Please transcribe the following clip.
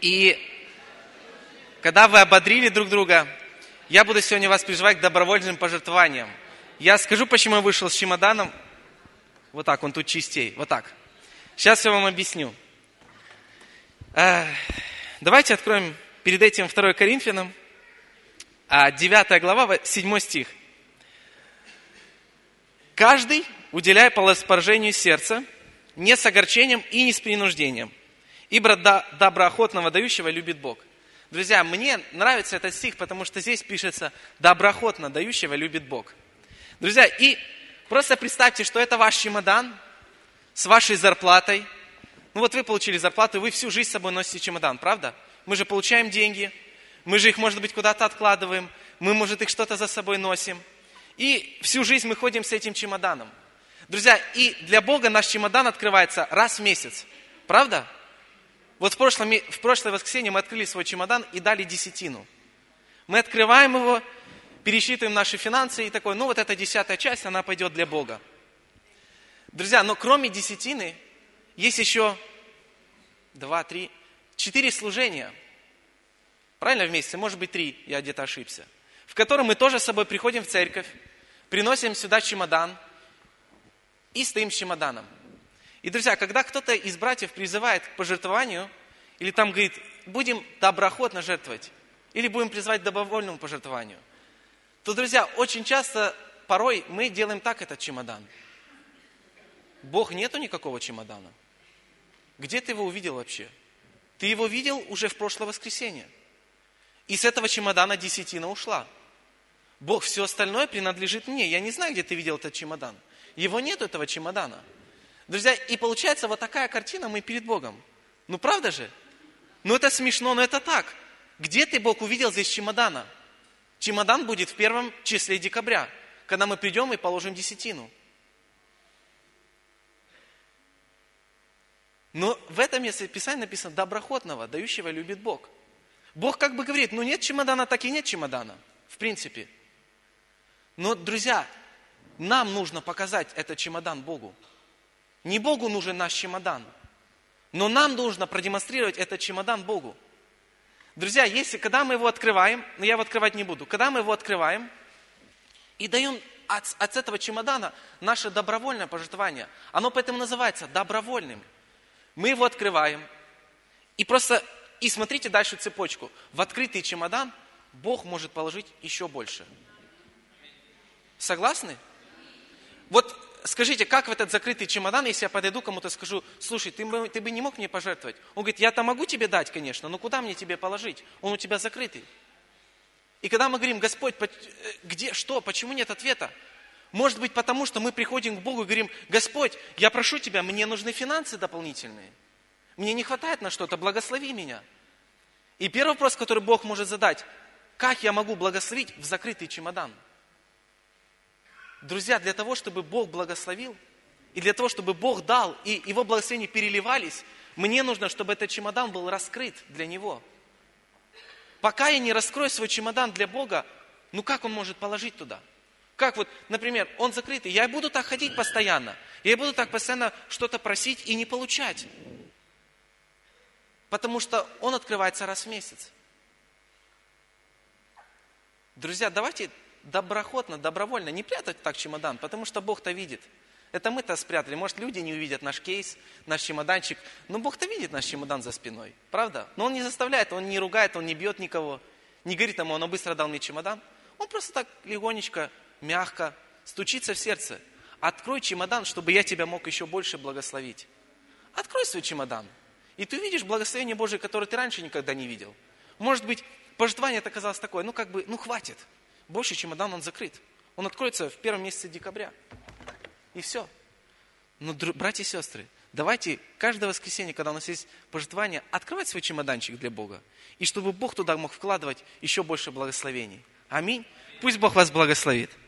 И когда вы ободрили друг друга, я буду сегодня вас призывать к добровольным пожертвованиям. Я скажу, почему я вышел с чемоданом. Вот так, он тут чистей. Вот так. Сейчас я вам объясню. Давайте откроем перед этим 2 Коринфянам, 9 глава, 7 стих. «Каждый, уделяя по распоряжению сердца, не с огорчением и не с принуждением, ибо доброохотного дающего любит Бог». Друзья, мне нравится этот стих, потому что здесь пишется «доброохотно дающего любит Бог». Друзья, и просто представьте, что это ваш чемодан с вашей зарплатой. Ну вот вы получили зарплату, и вы всю жизнь с собой носите чемодан, правда? Мы же получаем деньги, мы же их, может быть, куда-то откладываем, мы, может, их что-то за собой носим. И всю жизнь мы ходим с этим чемоданом. Друзья, и для Бога наш чемодан открывается раз в месяц, правда? Вот в прошлое воскресенье мы открыли свой чемодан и дали десятину. Мы открываем его, пересчитываем наши финансы и такой, ну вот эта 10-я часть, она пойдет для Бога. Друзья, но кроме десятины, есть еще 2, 3, 4 служения. Правильно, вместе? Может быть, 3, я где-то ошибся. В котором мы тоже с собой приходим в церковь, приносим сюда чемодан и стоим с чемоданом. И, друзья, когда кто-то из братьев призывает к пожертвованию, или там говорит, будем доброохотно жертвовать, или будем призывать к добровольному пожертвованию, то, друзья, очень часто, порой мы делаем так этот чемодан. Бог нету никакого чемодана. Где ты его увидел вообще? Ты его видел уже в прошлое воскресенье. И с этого чемодана десятина ушла. Бог, все остальное принадлежит мне. Я не знаю, где ты видел этот чемодан. Его нету, этого чемодана. Друзья, и получается вот такая картина мы перед Богом. Ну правда же? Ну это смешно, но это так. Где ты, Бог, увидел здесь чемодана? Чемодан будет в 1 числе декабря, когда мы придем и положим десятину. Но в этом месте Писания написано «доброохотного, дающего любит Бог». Бог как бы говорит, ну нет чемодана, так и нет чемодана, в принципе. Но, друзья, нам нужно показать этот чемодан Богу. Не Богу нужен наш чемодан, но нам нужно продемонстрировать этот чемодан Богу. Друзья, когда мы его открываем, но я его открывать не буду, когда мы его открываем и даем от этого чемодана наше добровольное пожертвование, оно поэтому называется добровольным. Мы его открываем и смотрите дальше цепочку. В открытый чемодан Бог может положить еще больше. Согласны? Вот скажите, как в этот закрытый чемодан, если я подойду кому-то скажу, слушай, ты бы не мог мне пожертвовать? Он говорит, я-то могу тебе дать, конечно, но куда мне тебе положить? Он у тебя закрытый. И когда мы говорим, Господь, где, что, почему нет ответа? Может быть, потому что мы приходим к Богу и говорим, Господь, я прошу Тебя, мне нужны финансы дополнительные. Мне не хватает на что-то, благослови меня. И первый вопрос, который Бог может задать, как я могу благословить в закрытый чемодан? Друзья, для того, чтобы Бог благословил, и для того, чтобы Бог дал, и Его благословения переливались, мне нужно, чтобы этот чемодан был раскрыт для Него. Пока я не раскрою свой чемодан для Бога, ну как Он может положить туда? Как вот, например, он закрытый, я буду так ходить постоянно, я буду так постоянно что-то просить и не получать. Потому что он открывается раз в месяц. Друзья, давайте доброохотно, добровольно не прятать так чемодан, потому что Бог-то видит. Это мы-то спрятали. Может, люди не увидят наш кейс, наш чемоданчик, но Бог-то видит наш чемодан за спиной. Правда? Но Он не заставляет, Он не ругает, Он не бьет никого. Не говорит ему, он быстро дал мне чемодан. Он просто так легонечко, мягко стучится в сердце. Открой чемодан, чтобы я тебя мог еще больше благословить. Открой свой чемодан. И ты увидишь благословение Божие, которое ты раньше никогда не видел. Может быть, пожертвование это оказалось такое, хватит. Больше чемодан, он закрыт. Он откроется в 1 месяце декабря. И все. Но, братья и сестры, давайте каждое воскресенье, когда у нас есть пожертвование, открывать свой чемоданчик для Бога. И чтобы Бог туда мог вкладывать еще больше благословений. Аминь. Пусть Бог вас благословит.